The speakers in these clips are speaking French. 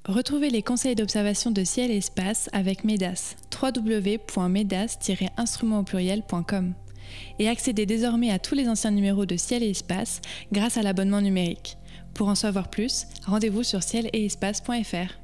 Retrouvez les conseils d'observation de ciel et espace avec MEDAS, www.medas-instrument-au-pluriel.com. Et accédez désormais à tous les anciens numéros de Ciel et Espace grâce à l'abonnement numérique. Pour en savoir plus, rendez-vous sur ciel-et-espace.fr.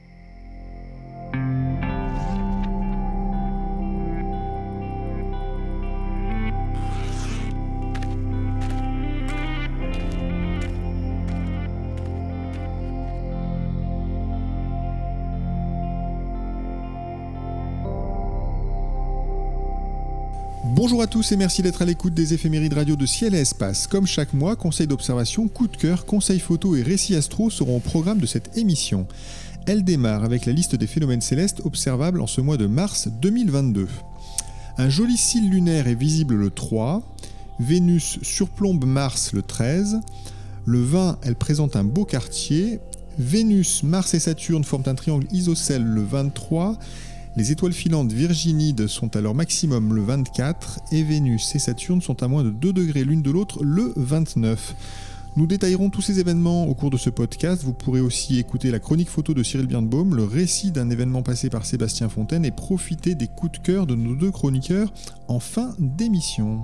Bonjour à tous et merci d'être à l'écoute des éphémérides radio de Ciel et Espace. Comme chaque mois, conseils d'observation, coup de cœur, conseils photo et récits astro seront au programme de cette émission. Elle démarre avec la liste des phénomènes célestes observables en ce mois de mars 2022. Un joli cil lunaire est visible le 3, Vénus surplombe Mars le 13, le 20 elle présente un beau quartier, Vénus, Mars et Saturne forment un triangle isocèle le 23, les étoiles filantes virginides sont à leur maximum le 24 et Vénus et Saturne sont à moins de 2 degrés l'une de l'autre le 29. Nous détaillerons tous ces événements au cours de ce podcast. Vous pourrez aussi écouter la chronique photo de Cyril Birnbaum, le récit d'un événement passé par Sébastien Fontaine et profiter des coups de cœur de nos deux chroniqueurs en fin d'émission.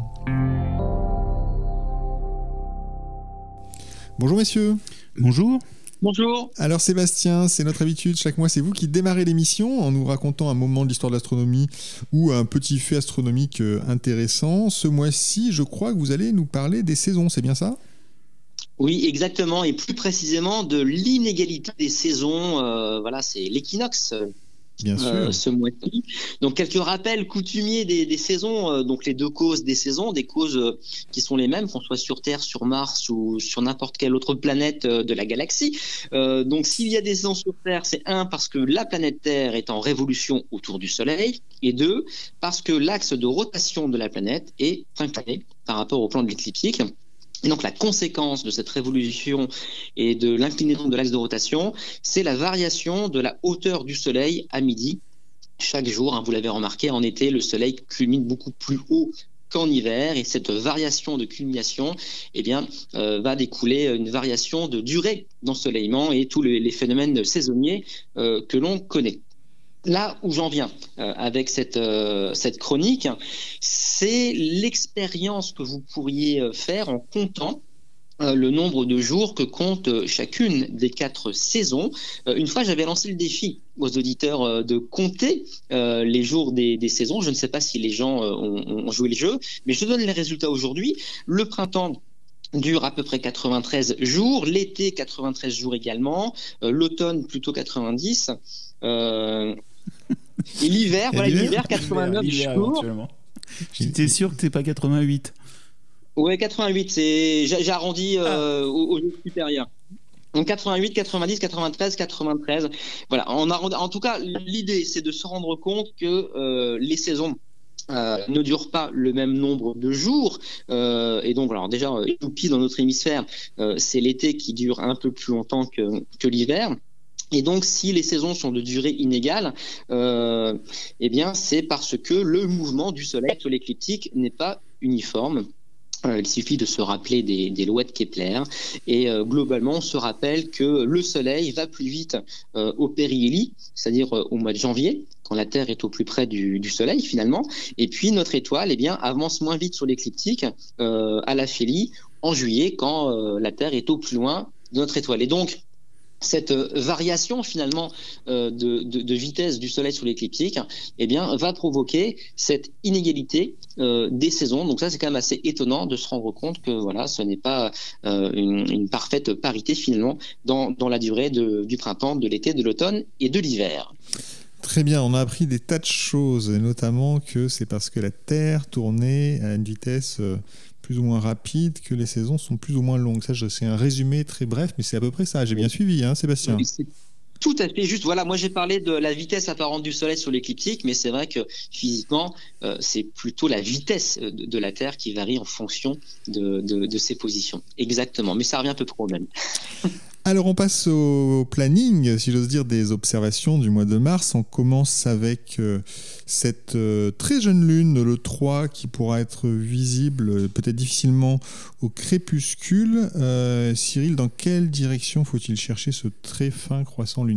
Bonjour messieurs. Bonjour. Bonjour. Alors Sébastien, c'est notre habitude, chaque mois c'est vous qui démarrez l'émission en nous racontant un moment de l'histoire de l'astronomie ou un petit fait astronomique intéressant. Ce mois-ci, je crois que vous allez nous parler des saisons, c'est bien ça ? Oui, exactement, et plus précisément de l'inégalité des saisons. Voilà, c'est l'équinoxe. Bien sûr. Ce mois-ci. Donc quelques rappels coutumiers des saisons, donc les deux causes des saisons, des causes qui sont les mêmes, qu'on soit sur Terre, sur Mars ou sur n'importe quelle autre planète de la galaxie. Donc s'il y a des saisons sur Terre, c'est un, parce que la planète Terre est en révolution autour du Soleil, et deux, parce que l'axe de rotation de la planète est incliné par rapport au plan de l'écliptique. Et donc la conséquence de cette révolution et de l'inclinaison de l'axe de rotation, c'est la variation de la hauteur du Soleil à midi. Chaque jour, vous l'avez remarqué, en été, le Soleil culmine beaucoup plus haut qu'en hiver, et cette variation de culmination va découler une variation de durée d'ensoleillement et tous les phénomènes saisonniers que l'on connaît. Là où j'en viens avec cette chronique, c'est l'expérience que vous pourriez faire en comptant le nombre de jours que compte chacune des 4 saisons. Une fois, j'avais lancé le défi aux auditeurs de compter les jours des saisons. Je ne sais pas si les gens ont joué le jeu, mais je donne les résultats aujourd'hui. Le printemps dure à peu près 93 jours, l'été 93 jours également, l'automne plutôt 90, et l'hiver, l'hiver 89 jours. J'étais sûr que t'es pas 88. Ouais, 88, j'ai arrondi au jour supérieur. Donc 88, 90, 93, 93. Voilà, en tout cas, l'idée c'est de se rendre compte que les saisons ne durent pas le même nombre de jours, et donc alors déjà youpi, dans notre hémisphère, c'est l'été qui dure un peu plus longtemps que l'hiver. Et donc, si les saisons sont de durée inégale, c'est parce que le mouvement du Soleil sur l'écliptique n'est pas uniforme. Il suffit de se rappeler des lois de Kepler, et globalement, on se rappelle que le Soleil va plus vite au périhélie, c'est-à-dire au mois de janvier, quand la Terre est au plus près du Soleil finalement, et puis notre étoile avance moins vite sur l'écliptique à l'aphélie en juillet, quand la Terre est au plus loin de notre étoile. Et donc, cette variation finalement de vitesse du Soleil sur l'écliptique va provoquer cette inégalité des saisons. Donc ça, c'est quand même assez étonnant de se rendre compte que voilà, ce n'est pas une parfaite parité finalement dans la durée du printemps, de l'été, de l'automne et de l'hiver. Très bien, on a appris des tas de choses, et notamment que c'est parce que la Terre tournait à une vitesse plus ou moins rapide que les saisons sont plus ou moins longues. Ça, c'est un résumé très bref, mais c'est à peu près ça. J'ai bien suivi, Sébastien. Oui, c'est tout à fait juste. Voilà, moi j'ai parlé de la vitesse apparente du Soleil sur l'écliptique, mais c'est vrai que physiquement, c'est plutôt la vitesse de la Terre qui varie en fonction de ses positions. Exactement, mais ça revient un peu trop même. Alors on passe au planning, si j'ose dire, des observations du mois de mars. On commence avec cette très jeune lune, le 3, qui pourra être visible peut-être difficilement au crépuscule. Cyril, dans quelle direction faut-il chercher ce très fin croissant lunaire ?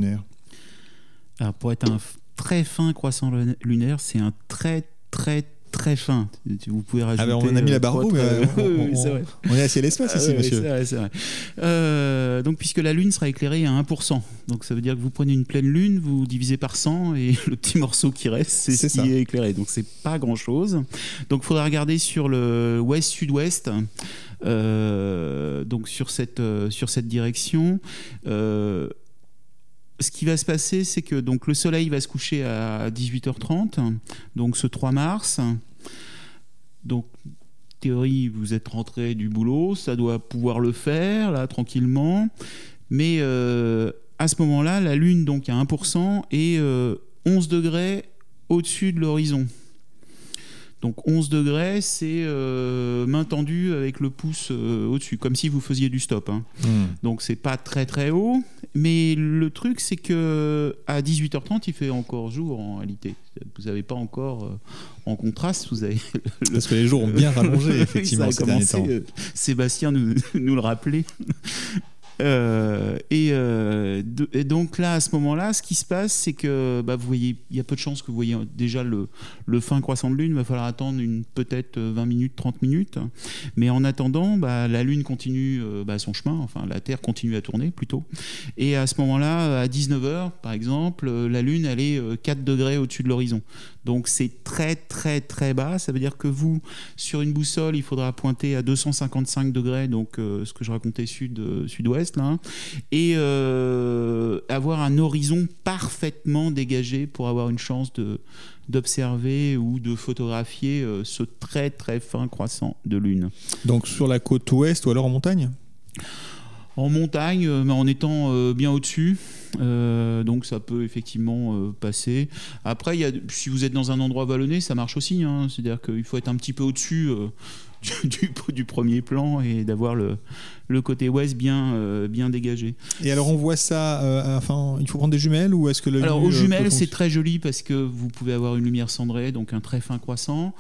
Alors pour être un très fin croissant lunaire, c'est un très très très fin. Vous pouvez rajouter. On a mis la barre haut, mais on est à ciel espace ici, monsieur. C'est vrai. Donc, puisque la Lune sera éclairée à 1%, donc ça veut dire que vous prenez une pleine Lune, vous divisez par 100 et le petit morceau qui reste, c'est ce qui est éclairé. Donc, c'est pas grand-chose. Donc, il faudra regarder sur le ouest-sud-ouest. Donc, sur cette direction. Ce qui va se passer, c'est que donc, le soleil va se coucher à 18h30, donc ce 3 mars. Donc, théorie, vous êtes rentré du boulot, ça doit pouvoir le faire, là, tranquillement. Mais à ce moment-là, la Lune, donc, à 1%, est 11 degrés au-dessus de l'horizon. Donc 11 degrés, c'est main tendue avec le pouce au-dessus, comme si vous faisiez du stop. Hein. Donc c'est pas très très haut, mais le truc c'est que à 18h30, il fait encore jour en réalité. Vous n'avez pas encore en contraste, vous avez parce que les jours ont bien rallongé effectivement ces derniers temps. Sébastien nous le rappelait. Et donc là, à ce moment-là, ce qui se passe, c'est que vous voyez, il y a peu de chances que vous voyez déjà le fin croissant de Lune. Il va falloir attendre peut-être 20 minutes, 30 minutes. Mais en attendant, la Lune continue son chemin, enfin la Terre continue à tourner plutôt. Et à ce moment-là, à 19h, par exemple, la Lune, elle est 4 degrés au-dessus de l'horizon. Donc c'est très très très bas. Ça veut dire que vous, sur une boussole, il faudra pointer à 255 degrés, donc ce que je racontais sud-ouest, là, et avoir un horizon parfaitement dégagé pour avoir une chance d'observer ou de photographier ce très très fin croissant de Lune. Donc sur la côte ouest ou alors en montagne ? En montagne, mais en étant bien au-dessus. Donc ça peut effectivement passer. Après, si vous êtes dans un endroit vallonné, ça marche aussi. Hein. C'est-à-dire qu'il faut être un petit peu au-dessus du premier plan et d'avoir le côté ouest bien dégagé. Et alors on voit ça, il faut prendre des jumelles ou est-ce que l'œil aux jumelles c'est très joli parce que vous pouvez avoir une lumière cendrée, donc un très fin croissant.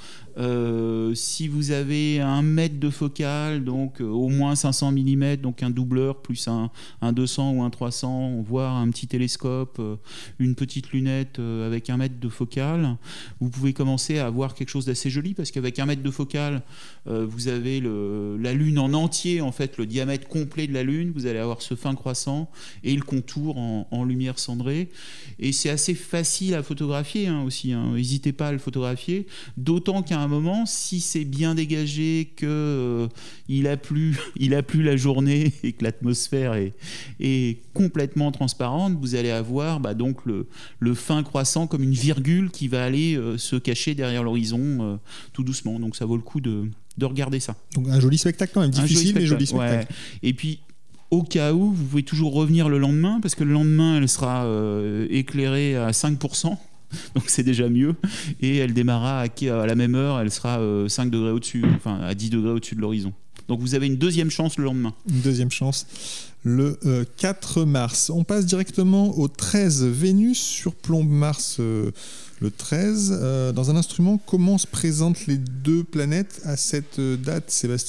Si vous avez 1 mètre de focale, donc au moins 500 mm, donc un doubleur plus un 200 ou un 300, voire un petit télescope, une petite lunette avec 1 mètre de focale, vous pouvez commencer à avoir quelque chose d'assez joli parce qu'avec 1 mètre de focale, vous avez la Lune en entier, en fait, le diamètre complet de la Lune, vous allez avoir ce fin croissant et le contour en lumière cendrée. Et c'est assez facile à photographier aussi. N'hésitez pas à le photographier, d'autant qu'à un moment, si c'est bien dégagé, qu'il a plu la journée et que l'atmosphère est complètement transparente, vous allez avoir donc le fin croissant comme une virgule qui va aller se cacher derrière l'horizon tout doucement. Donc ça vaut le coup de regarder ça. Donc un joli spectacle quand même, difficile mais joli spectacle. Ouais. Et puis au cas où, vous pouvez toujours revenir le lendemain parce que le lendemain elle sera éclairée à 5%. Donc c'est déjà mieux, et elle démarrera à la même heure, elle sera 5 degrés au-dessus, enfin à 10 degrés au-dessus de l'horizon. Donc vous avez une deuxième chance le lendemain. Une deuxième chance le 4 mars. On passe directement au 13. Vénus surplombe Mars le 13. Dans un instrument, comment se présentent les deux planètes à cette date, Sébastien ?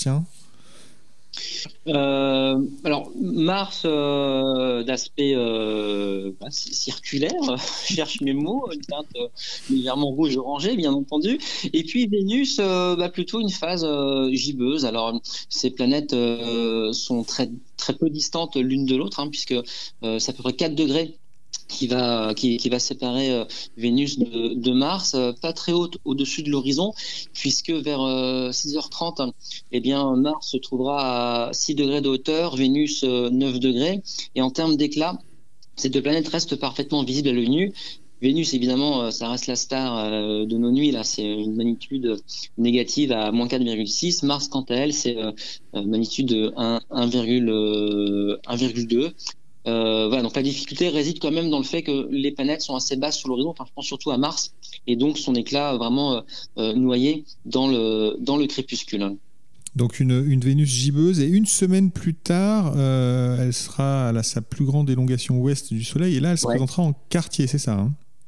Alors Mars d'aspect circulaire, je cherche mes mots, une teinte légèrement rouge orangé bien entendu, et puis Vénus plutôt une phase gibbeuse. Alors ces planètes sont très très peu distantes l'une de l'autre, puisque c'est à peu près 4 degrés qui va séparer Vénus de Mars, pas très haute au-dessus de l'horizon, puisque vers 6h30, Mars se trouvera à 6 degrés de hauteur, Vénus 9 degrés, et en termes d'éclat, ces deux planètes restent parfaitement visibles à l'œil nu. Vénus, évidemment, ça reste la star de nos nuits, là, c'est une magnitude négative à moins 4,6. Mars, quant à elle, c'est magnitude de 1,2. Donc la difficulté réside quand même dans le fait que les planètes sont assez basses sur l'horizon. Enfin, je pense surtout à Mars, et donc son éclat vraiment noyé dans le crépuscule. Donc une Vénus gibbeuse, et une semaine plus tard, elle a sa plus grande élongation ouest du Soleil, et là elle se présentera en quartier, c'est ça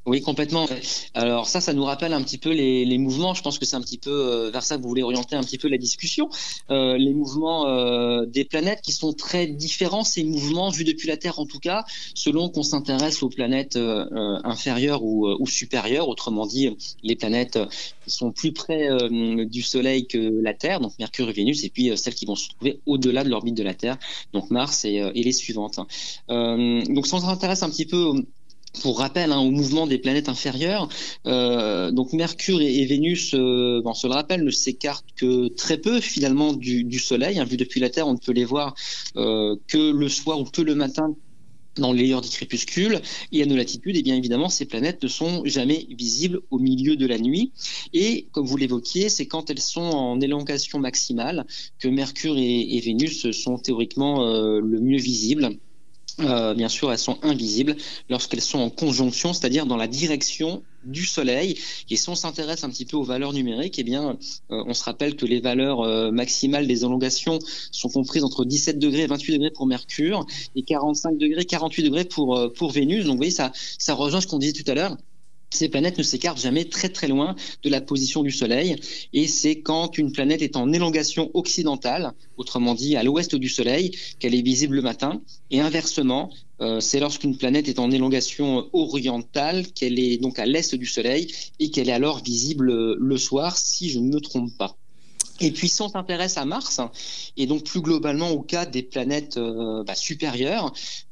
Oui, complètement. Alors ça nous rappelle un petit peu les mouvements. Je pense que c'est un petit peu vers ça que vous voulez orienter un petit peu la discussion. Les mouvements des planètes qui sont très différents, ces mouvements vus depuis la Terre en tout cas, selon qu'on s'intéresse aux planètes inférieures ou supérieures. Autrement dit, les planètes qui sont plus près du Soleil que la Terre, donc Mercure et Vénus, et puis celles qui vont se trouver au-delà de l'orbite de la Terre, donc Mars et les suivantes. Donc si on s'intéresse un petit peu pour rappel, au mouvement des planètes inférieures, donc Mercure et Vénus, on se le rappelle, ne s'écartent que très peu finalement du Soleil. Vu depuis la Terre, on ne peut les voir que le soir ou que le matin dans les heures du crépuscule. Et à nos latitudes, et bien évidemment, ces planètes ne sont jamais visibles au milieu de la nuit. Et comme vous l'évoquiez, c'est quand elles sont en élongation maximale que Mercure et Vénus sont théoriquement le mieux visibles. Bien sûr, elles sont invisibles lorsqu'elles sont en conjonction, c'est-à-dire dans la direction du Soleil. Et si on s'intéresse un petit peu aux valeurs numériques, on se rappelle que les valeurs maximales des élongations sont comprises entre 17 degrés et 28 degrés pour Mercure et 45 degrés, 48 degrés pour Vénus. Donc vous voyez, ça rejoint ce qu'on disait tout à l'heure. Ces planètes ne s'écartent jamais très très loin de la position du Soleil, et c'est quand une planète est en élongation occidentale, autrement dit à l'ouest du Soleil, qu'elle est visible le matin, et inversement, c'est lorsqu'une planète est en élongation orientale qu'elle est donc à l'est du Soleil et qu'elle est alors visible le soir, si je ne me trompe pas. Et puis si on s'intéresse à Mars, et donc plus globalement au cas des planètes supérieures,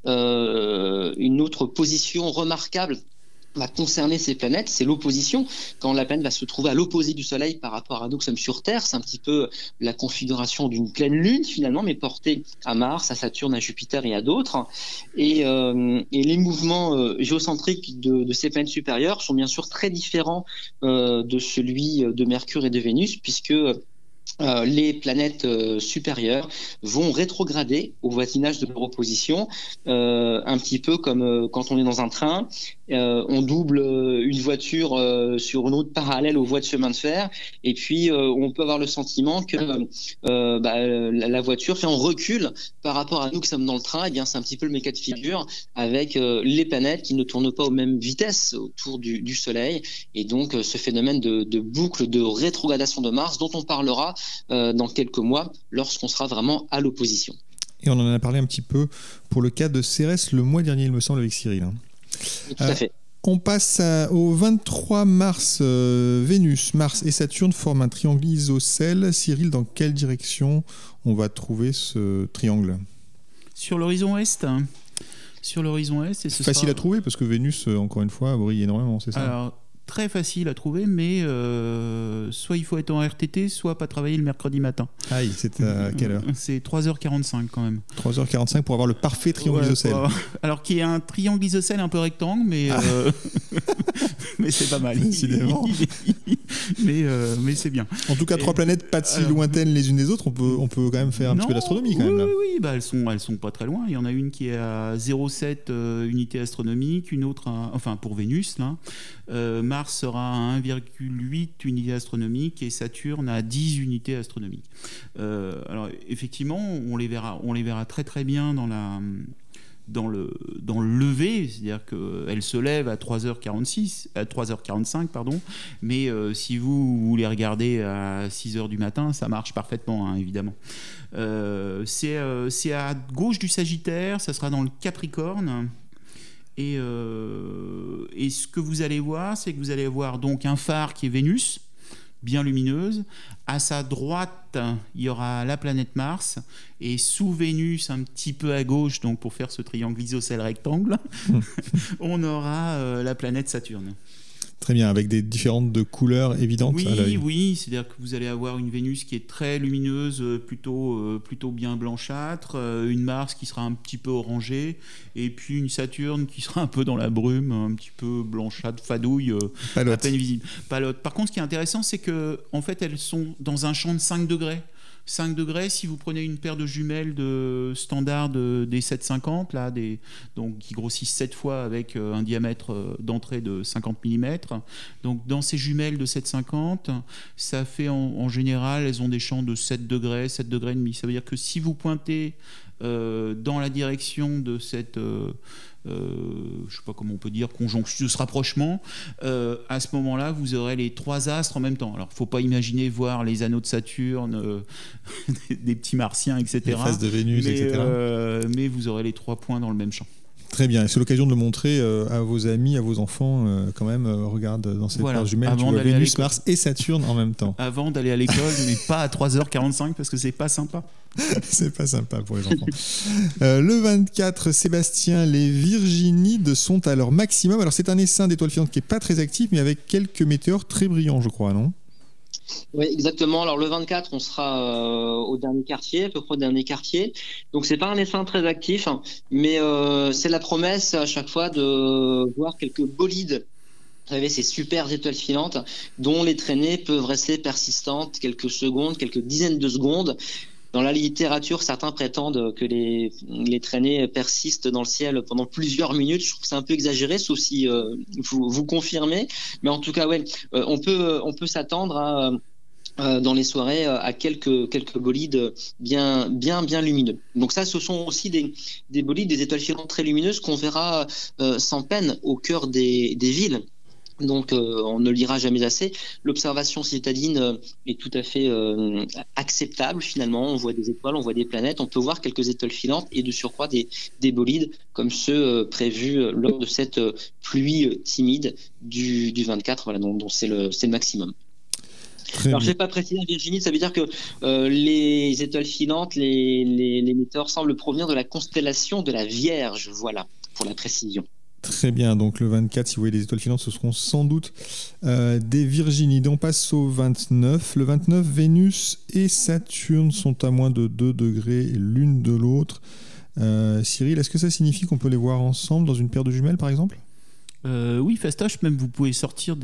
une autre position remarquable va concerner ces planètes, c'est l'opposition. Quand la planète va se trouver à l'opposé du Soleil par rapport à nous qui sommes sur Terre, c'est un petit peu la configuration d'une pleine lune finalement, mais portée à Mars, à Saturne, à Jupiter et à d'autres. Et les mouvements géocentriques de ces planètes supérieures sont bien sûr très différents de celui de Mercure et de Vénus, puisque les planètes supérieures vont rétrograder au voisinage de leur opposition, un petit peu comme quand on est dans un train, on double une voiture sur une route parallèle aux voies de chemin de fer, et puis on peut avoir le sentiment que la voiture fait en recul par rapport à nous qui sommes dans le train. Et bien c'est un petit peu le même cas de figure avec les planètes qui ne tournent pas aux mêmes vitesses autour du Soleil, et donc ce phénomène de boucle de rétrogradation de Mars dont on parlera dans quelques mois lorsqu'on sera vraiment à l'opposition. Et on en a parlé un petit peu pour le cas de Cérès le mois dernier, il me semble, avec Cyril. Tout à fait. On passe au 23 mars. Vénus, Mars et Saturne forment un triangle isocèle. Cyril, dans quelle direction on va trouver ce triangle ? Sur l'horizon est. Sur l'horizon est. Et facile à trouver parce que Vénus, encore une fois, brille énormément, c'est ça ? Alors, très facile à trouver, mais soit il faut être en RTT, soit pas travailler le mercredi matin. Aïe, c'est à quelle heure ? C'est 3h45 quand même. 3h45 pour avoir le parfait triangle isocèle. Alors qui est un triangle isocèle un peu rectangle, mais mais c'est pas mal. Décidément. mais c'est bien. En tout cas, 3 planètes pas si lointaines les unes des autres. On peut quand même faire un petit peu d'astronomie quand même. Là. Oui, elles sont pas très loin. Il y en a une qui est à 0,7 unités astronomiques, une autre, pour Vénus là. Mars sera à 1,8 unités astronomiques et Saturne à 10 unités astronomiques. Alors effectivement, on les verra très très bien dans le lever, c'est-à-dire qu'elle se lève à 3h45, mais si vous les regardez à 6h du matin, ça marche parfaitement, évidemment. C'est à gauche du Sagittaire, ça sera dans le Capricorne. Et ce que vous allez voir, c'est que vous allez voir donc un phare qui est Vénus, bien lumineuse. À sa droite, il y aura la planète Mars. Et sous Vénus, un petit peu à gauche, donc pour faire ce triangle isocèle rectangle, on aura la planète Saturne. Très bien, avec des différentes de couleurs évidentes à l'œil. Oui, c'est-à-dire que vous allez avoir une Vénus qui est très lumineuse, plutôt bien blanchâtre, une Mars qui sera un petit peu orangée, et puis une Saturne qui sera un peu dans la brume, un petit peu blanchâtre, fadouille, à peine visible. Palote. Par contre, ce qui est intéressant, c'est que en fait, elles sont dans un champ de 5 degrés. 5 degrés, si vous prenez une paire de jumelles de standard des 750, là, donc, qui grossissent 7 fois avec un diamètre d'entrée de 50 mm. Donc dans ces jumelles de 750, ça fait en général, elles ont des champs de 7 degrés, 7 degrés et demi. Ça veut dire que si vous pointez dans la direction de cette je sais pas comment on peut dire, conjonction, ce rapprochement, à ce moment-là, vous aurez les 3 astres en même temps. Alors, faut pas imaginer voir les anneaux de Saturne, des petits martiens, etc. Les phases de Vénus, etc. Mais vous aurez les 3 points dans le même champ. Très bien, et c'est l'occasion de le montrer à vos amis, à vos enfants, quand même, regarde dans cette paire jumelle, tu vois Vénus, Mars et Saturne en même temps. Avant d'aller à l'école, mais pas à 3h45 parce que c'est pas sympa. C'est pas sympa pour les enfants. Le 24, Sébastien, les Virginides sont à leur maximum. Alors c'est un essaim d'étoiles filantes qui est pas très actif, mais avec quelques météores très brillants, je crois, non ? Oui, exactement. Alors le 24, on sera au dernier quartier, à peu près au dernier quartier. Donc c'est pas un essaim très actif, hein, mais c'est la promesse à chaque fois de voir quelques bolides. Vous savez, ces super étoiles filantes dont les traînées peuvent rester persistantes quelques secondes, quelques dizaines de secondes. Dans la littérature, certains prétendent que les traînées persistent dans le ciel pendant plusieurs minutes. Je trouve que c'est un peu exagéré, sauf si vous confirmez. Mais en tout cas, ouais, on peut s'attendre à dans les soirées à quelques bolides bien lumineux. Donc ça, ce sont aussi des bolides, des étoiles filantes très lumineuses qu'on verra sans peine au cœur des villes. Donc on ne le dira jamais assez. L'observation citadine est tout à fait acceptable finalement. On voit des étoiles, on voit des planètes, on peut voir quelques étoiles filantes et de surcroît des bolides comme ceux prévus lors de cette pluie timide du 24. Voilà, donc c'est le maximum. Alors je ne vais pas préciser, Virginie, ça veut dire que les étoiles filantes, les météores semblent provenir de la constellation de la Vierge. Voilà, pour la précision. Très bien, donc le 24, si vous voyez des étoiles filantes, ce seront sans doute des Virginides. On passe au 29. Le 29, Vénus et Saturne sont à moins de 2 degrés l'une de l'autre. Cyril, est-ce que ça signifie qu'on peut les voir ensemble dans une paire de jumelles, par exemple ? Oui, fastoche, même vous pouvez sortir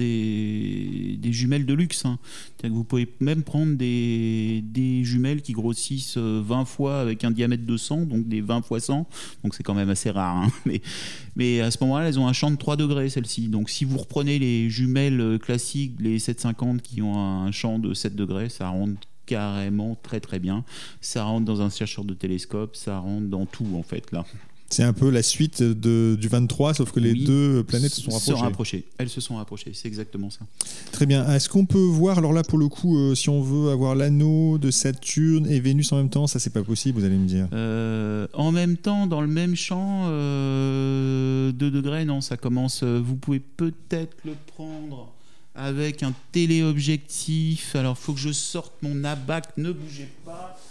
des jumelles de luxe. Hein. C'est-à-dire que vous pouvez même prendre des jumelles qui grossissent 20 fois avec un diamètre de 100, donc des 20 fois 100. Donc c'est quand même assez rare. Hein. Mais à ce moment-là, elles ont un champ de 3 degrés, celles-ci. Donc si vous reprenez les jumelles classiques, les 750 qui ont un champ de 7 degrés, ça rentre carrément très très bien. Ça rentre dans un chercheur de télescope, ça rentre dans tout en fait là. C'est un peu la suite du 23, sauf que les deux planètes se sont rapprochées. Elles se sont rapprochées, c'est exactement ça. Très bien. Est-ce qu'on peut voir, alors là pour le coup, si on veut avoir l'anneau de Saturne et Vénus en même temps, ça c'est pas possible, vous allez me dire. En même temps, dans le même champ, 2 degrés, non, ça commence. Vous pouvez peut-être le prendre avec un téléobjectif. Alors il faut que je sorte mon abac, ne bougez pas.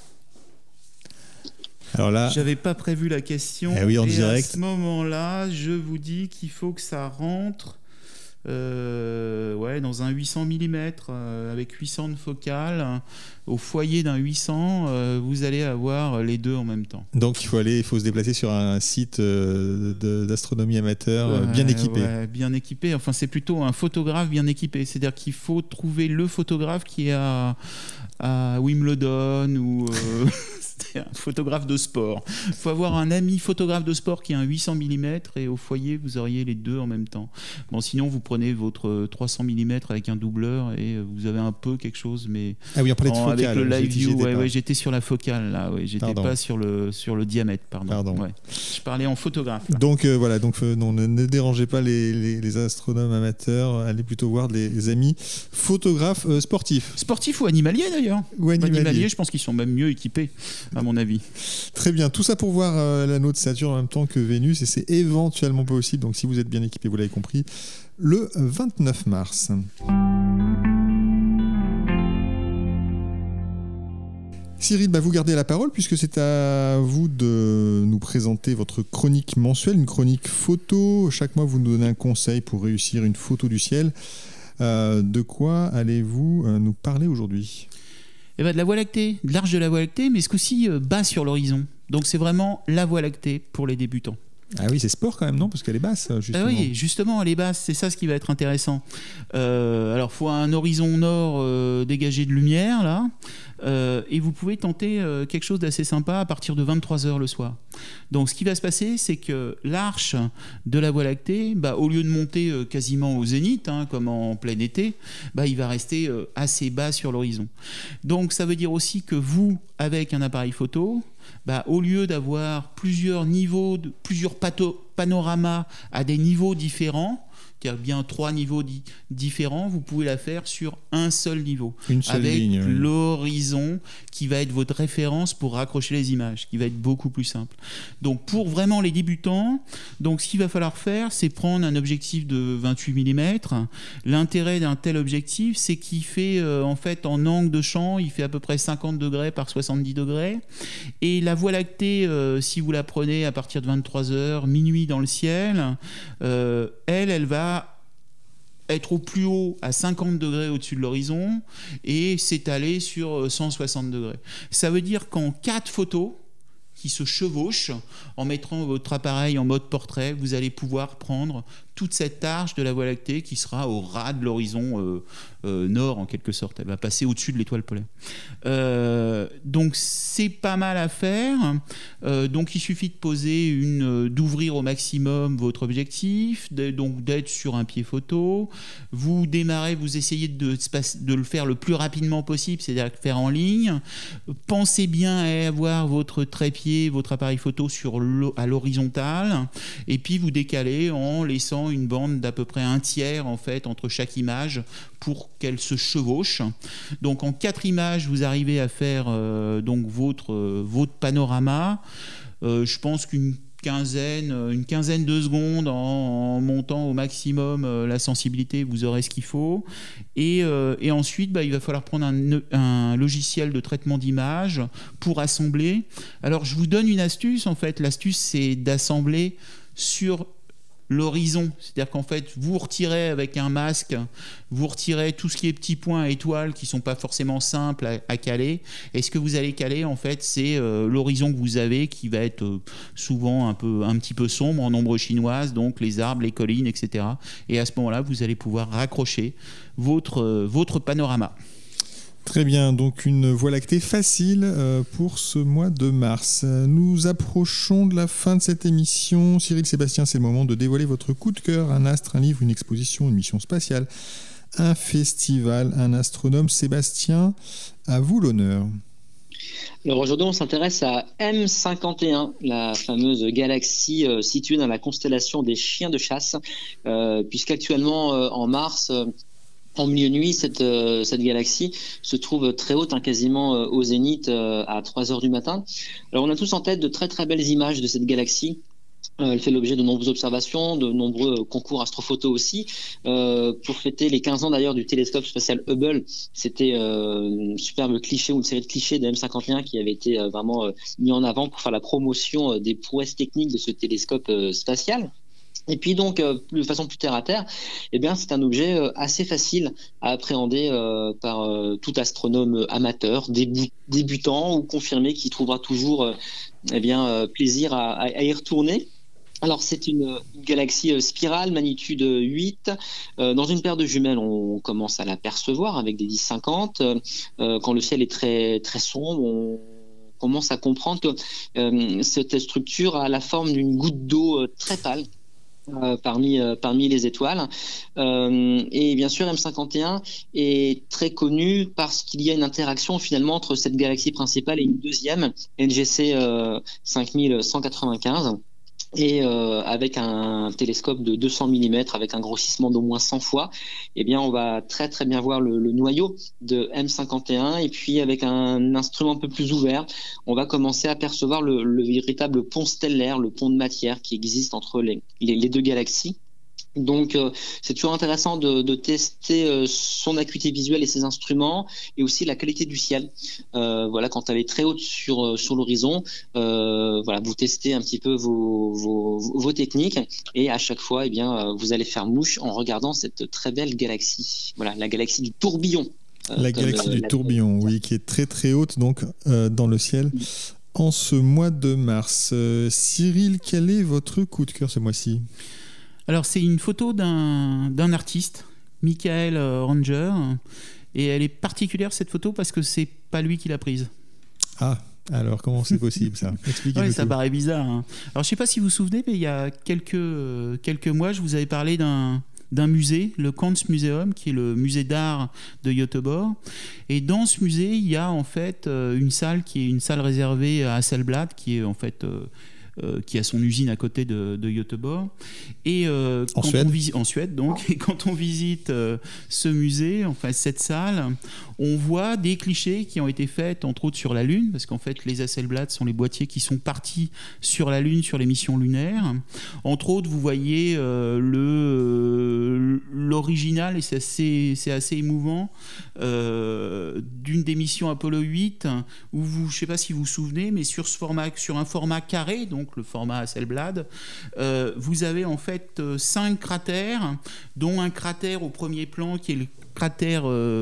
Alors là, j'avais pas prévu la question. Oui, en direct. À ce moment-là, je vous dis qu'il faut que ça rentre dans un 800 mm avec 800 de focale. Au foyer d'un 800, vous allez avoir les deux en même temps. Donc il faut se déplacer sur un site d'astronomie amateur bien équipé. Ouais, bien équipé. Enfin, c'est plutôt un photographe bien équipé. C'est-à-dire qu'il faut trouver le photographe qui est à Wimbledon ou un photographe de sport. Il faut avoir un ami photographe de sport qui a un 800 mm et au foyer, vous auriez les deux en même temps. Bon, sinon, vous prenez votre 300 mm avec un doubleur et vous avez un peu quelque chose, mais on parlait de focale, avec le live view, j'étais sur la focale là, j'étais pas sur le diamètre, pardon. Ouais. Je parlais en photographe. Là. Donc non, ne dérangez pas les astronomes amateurs, allez plutôt voir les amis photographes sportifs. Sportifs ou animaliers d'ailleurs. Ou animaliers, je pense qu'ils sont même mieux équipés, à mon avis. Très bien, tout ça pour voir l'anneau de Saturne en même temps que Vénus, et c'est éventuellement possible, donc si vous êtes bien équipé, vous l'avez compris, le 29 mars. Cyril, vous gardez la parole puisque c'est à vous de nous présenter votre chronique mensuelle, une chronique photo. Chaque mois, vous nous donnez un conseil pour réussir une photo du ciel. De quoi allez-vous nous parler aujourd'hui ? De la Voie lactée, de l'arche de la Voie lactée, mais ce coup-ci bas sur l'horizon. Donc c'est vraiment la Voie lactée pour les débutants. Ah oui, c'est sport quand même, non ? Parce qu'elle est basse, justement. Oui, justement, elle est basse, c'est ça ce qui va être intéressant. Alors, il faut un horizon nord dégagé de lumière, là, et vous pouvez tenter quelque chose d'assez sympa à partir de 23h le soir. Donc, ce qui va se passer, c'est que l'arche de la Voie lactée, au lieu de monter quasiment au zénith, comme en plein été, il va rester assez bas sur l'horizon. Donc, ça veut dire aussi que vous, avec un appareil photo, au lieu d'avoir plusieurs niveaux, plusieurs panorama à des niveaux différents, c'est-à-dire bien 3 niveaux différents, vous pouvez la faire sur un seul niveau, avec ligne, l'horizon qui va être votre référence pour raccrocher les images, qui va être beaucoup plus simple. Donc pour vraiment les débutants, donc ce qu'il va falloir faire, c'est prendre un objectif de 28 mm. L'intérêt d'un tel objectif, c'est qu'il fait en fait en angle de champ, il fait à peu près 50 degrés par 70 degrés. Et la Voie lactée, si vous la prenez à partir de 23h, minuit dans le ciel, elle va être au plus haut à 50 degrés au-dessus de l'horizon et s'étaler sur 160 degrés. Ça veut dire qu'en 4 photos qui se chevauchent, en mettant votre appareil en mode portrait, vous allez pouvoir prendre toute cette arche de la Voie lactée qui sera au ras de l'horizon nord en quelque sorte. Elle va passer au-dessus de l'étoile polaire. Donc c'est pas mal à faire. Donc il suffit de poser d'ouvrir au maximum votre objectif, donc d'être sur un pied photo. Vous démarrez, vous essayez de le faire le plus rapidement possible, c'est-à-dire de le faire en ligne. Pensez bien à avoir votre trépied, votre appareil photo à l'horizontale, et puis vous décalez en laissant une bande d'à peu près un tiers en fait entre chaque image pour qu'elle se chevauche. Donc en 4 images, vous arrivez à faire donc votre panorama. Je pense qu'une quinzaine de secondes en montant au maximum la sensibilité, vous aurez ce qu'il faut. Et ensuite, il va falloir prendre un logiciel de traitement d'image pour assembler. Alors, je vous donne une astuce. En fait, l'astuce, c'est d'assembler sur l'horizon, c'est-à-dire qu'en fait vous retirez avec un masque, vous retirez tout ce qui est petits points étoiles qui sont pas forcément simples à caler, et ce que vous allez caler en fait c'est l'horizon que vous avez qui va être souvent un petit peu sombre en ombre chinoise, donc les arbres, les collines, etc. Et à ce moment-là vous allez pouvoir raccrocher votre panorama. Très bien, donc une Voie lactée facile pour ce mois de mars. Nous approchons de la fin de cette émission. Cyril, Sébastien, c'est le moment de dévoiler votre coup de cœur, un astre, un livre, une exposition, une mission spatiale, un festival, un astronome. Sébastien, à vous l'honneur. Alors aujourd'hui, on s'intéresse à M51, la fameuse galaxie située dans la constellation des chiens de chasse, puisqu'actuellement en mars, en milieu de nuit, cette galaxie se trouve très haute, quasiment au zénith à 3h du matin. Alors on a tous en tête de très très belles images de cette galaxie. Elle fait l'objet de nombreuses observations, de nombreux concours astrophoto aussi. Pour fêter les 15 ans d'ailleurs du télescope spatial Hubble, c'était un superbe cliché ou une série de clichés de M51 qui avait été vraiment mis en avant pour faire la promotion des prouesses techniques de ce télescope spatial. Et puis donc, de façon plus terre à terre, c'est un objet assez facile à appréhender par tout astronome amateur, débutant ou confirmé qui trouvera toujours plaisir à y retourner. Alors c'est une galaxie spirale, magnitude 8. Dans une paire de jumelles, on commence à l'apercevoir avec des 10-50. Quand le ciel est très, très sombre, on commence à comprendre que cette structure a la forme d'une goutte d'eau très pâle. Parmi les étoiles. Et bien sûr, M51 est très connu parce qu'il y a une interaction finalement entre cette galaxie principale et une deuxième, NGC 5195. Et avec un télescope de 200 mm, avec un grossissement d'au moins 100 fois, on va très très bien voir le noyau de M51. Et puis avec un instrument un peu plus ouvert, on va commencer à percevoir le véritable pont stellaire, le pont de matière qui existe entre les deux galaxies. Donc c'est toujours intéressant de tester son acuité visuelle et ses instruments, et aussi la qualité du ciel. Quand elle est très haute sur l'horizon, vous testez un petit peu vos techniques, et à chaque fois vous allez faire mouche en regardant cette très belle galaxie. Voilà, la galaxie du tourbillon. La galaxie du tourbillon, oui, qui est très très haute donc dans le ciel. En ce mois de mars, Cyril, quel est votre coup de cœur ce mois-ci ? Alors, c'est une photo d'un artiste, Michael Ranger, et elle est particulière cette photo parce que c'est pas lui qui l'a prise. Ah, alors comment c'est possible ça ? Expliquez-nous. Ouais, ça paraît bizarre. Hein. Alors, je sais pas si vous vous souvenez, mais il y a quelques mois, je vous avais parlé d'un musée, le Kunstmuseum, qui est le musée d'art de Göteborg. Et dans ce musée, il y a en fait une salle qui est une salle réservée à Hasselblad, qui est en fait qui a son usine à côté de Göteborg. Et en Suède, donc. Et quand on visite ce musée, enfin cette salle, on voit des clichés qui ont été faits entre autres sur la Lune, parce qu'en fait les Hasselblad sont les boîtiers qui sont partis sur la Lune, sur les missions lunaires. Entre autres, vous voyez l'original, et c'est assez émouvant, d'une des missions Apollo 8, où je ne sais pas si vous vous souvenez, mais sur un format carré, donc le format Hasselblad, vous avez en fait 5 cratères, dont un cratère au premier plan qui est le cratère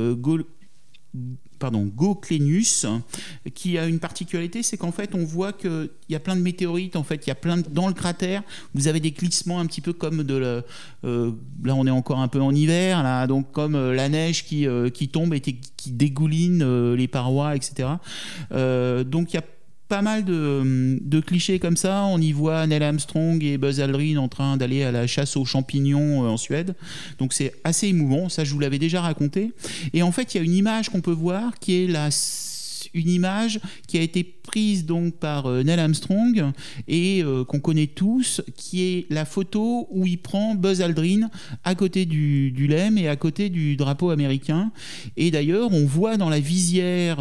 Goclenius, qui a une particularité, c'est qu'en fait on voit qu'il y a plein de météorites, en fait il y a dans le cratère, vous avez des glissements un petit peu comme là on est encore un peu en hiver là, donc comme la neige qui tombe et qui dégouline les parois, etc. Donc il y a pas mal de clichés comme ça. On y voit Neil Armstrong et Buzz Aldrin en train d'aller à la chasse aux champignons en Suède. Donc c'est assez émouvant. Ça, je vous l'avais déjà raconté. Et en fait, il y a une image qu'on peut voir qui est une image qui a été prise donc par Neil Armstrong et qu'on connaît tous, qui est la photo où il prend Buzz Aldrin à côté du LEM et à côté du drapeau américain. Et d'ailleurs, on voit dans la visière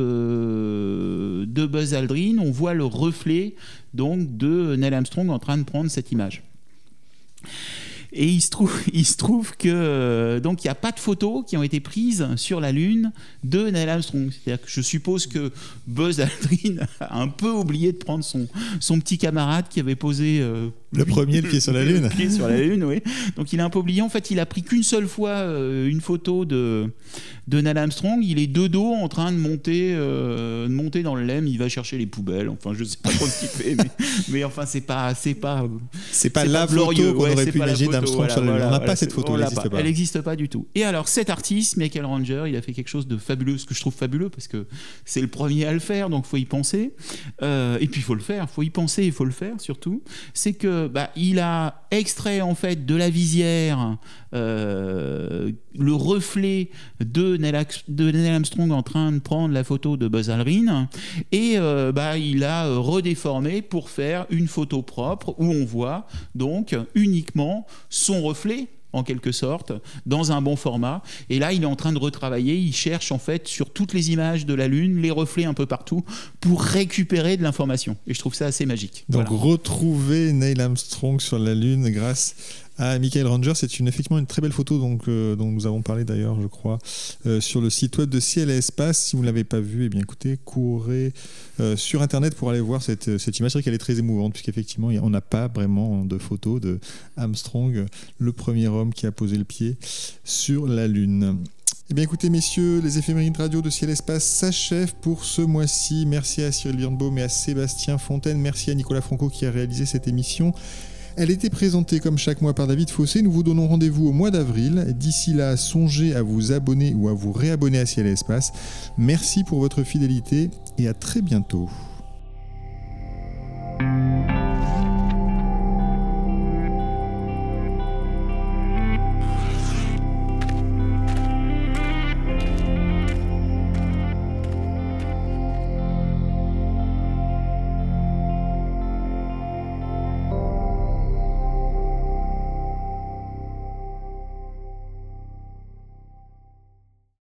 de Buzz Aldrin, on voit le reflet donc de Neil Armstrong en train de prendre cette image. Et il se trouve que donc il n'y a pas de photos qui ont été prises sur la Lune de Neil Armstrong. C'est-à-dire que je suppose que Buzz Aldrin a un peu oublié de prendre son petit camarade qui avait posé le pied sur la Lune. Le pied sur la Lune, oui. Donc il a un peu oublié. En fait, il a pris qu'une seule fois une photo de Neil Armstrong. Il est de dos en train de monter dans le LEM. Il va chercher les poubelles. Enfin, je sais pas trop ce qu'il fait, mais enfin c'est pas la photo qu'on aurait pu imaginer d'Armstrong sur la Lune. On n'a pas cette photo, elle n'existe pas du tout. Et alors cet artiste, Michael Ranger, il a fait quelque chose de fabuleux, ce que je trouve fabuleux parce que c'est le premier à le faire, donc faut y penser. Et puis il faut le faire, faut y penser, il faut le faire surtout. C'est que il a extrait en fait de la visière le reflet de Neil Armstrong en train de prendre la photo de Buzz Aldrin, et il a redéformé pour faire une photo propre où on voit donc uniquement son reflet en quelque sorte, dans un bon format. Et là, il est en train de retravailler, il cherche en fait sur toutes les images de la Lune, les reflets un peu partout, pour récupérer de l'information. Et je trouve ça assez magique. Donc retrouver Neil Armstrong sur la Lune grâce à Michael Ranger, c'est effectivement une très belle photo dont nous avons parlé d'ailleurs, je crois, sur le site web de Ciel et Espace. Si vous ne l'avez pas vu, eh bien écoutez, courez sur Internet pour aller voir cette image. C'est vrai qu'elle est très émouvante, puisqu'effectivement, on n'a pas vraiment de photo de Armstrong, le premier homme qui a posé le pied sur la Lune. Eh bien écoutez messieurs, les éphémérides radio de Ciel Espace s'achèvent pour ce mois-ci. Merci à Cyril Birnbaum et à Sébastien Fontaine. Merci à Nicolas Franco qui a réalisé cette émission. Elle était présentée comme chaque mois par David Fossé. Nous vous donnons rendez-vous au mois d'avril. D'ici là, songez à vous abonner ou à vous réabonner à Ciel et Espace. Merci pour votre fidélité et à très bientôt.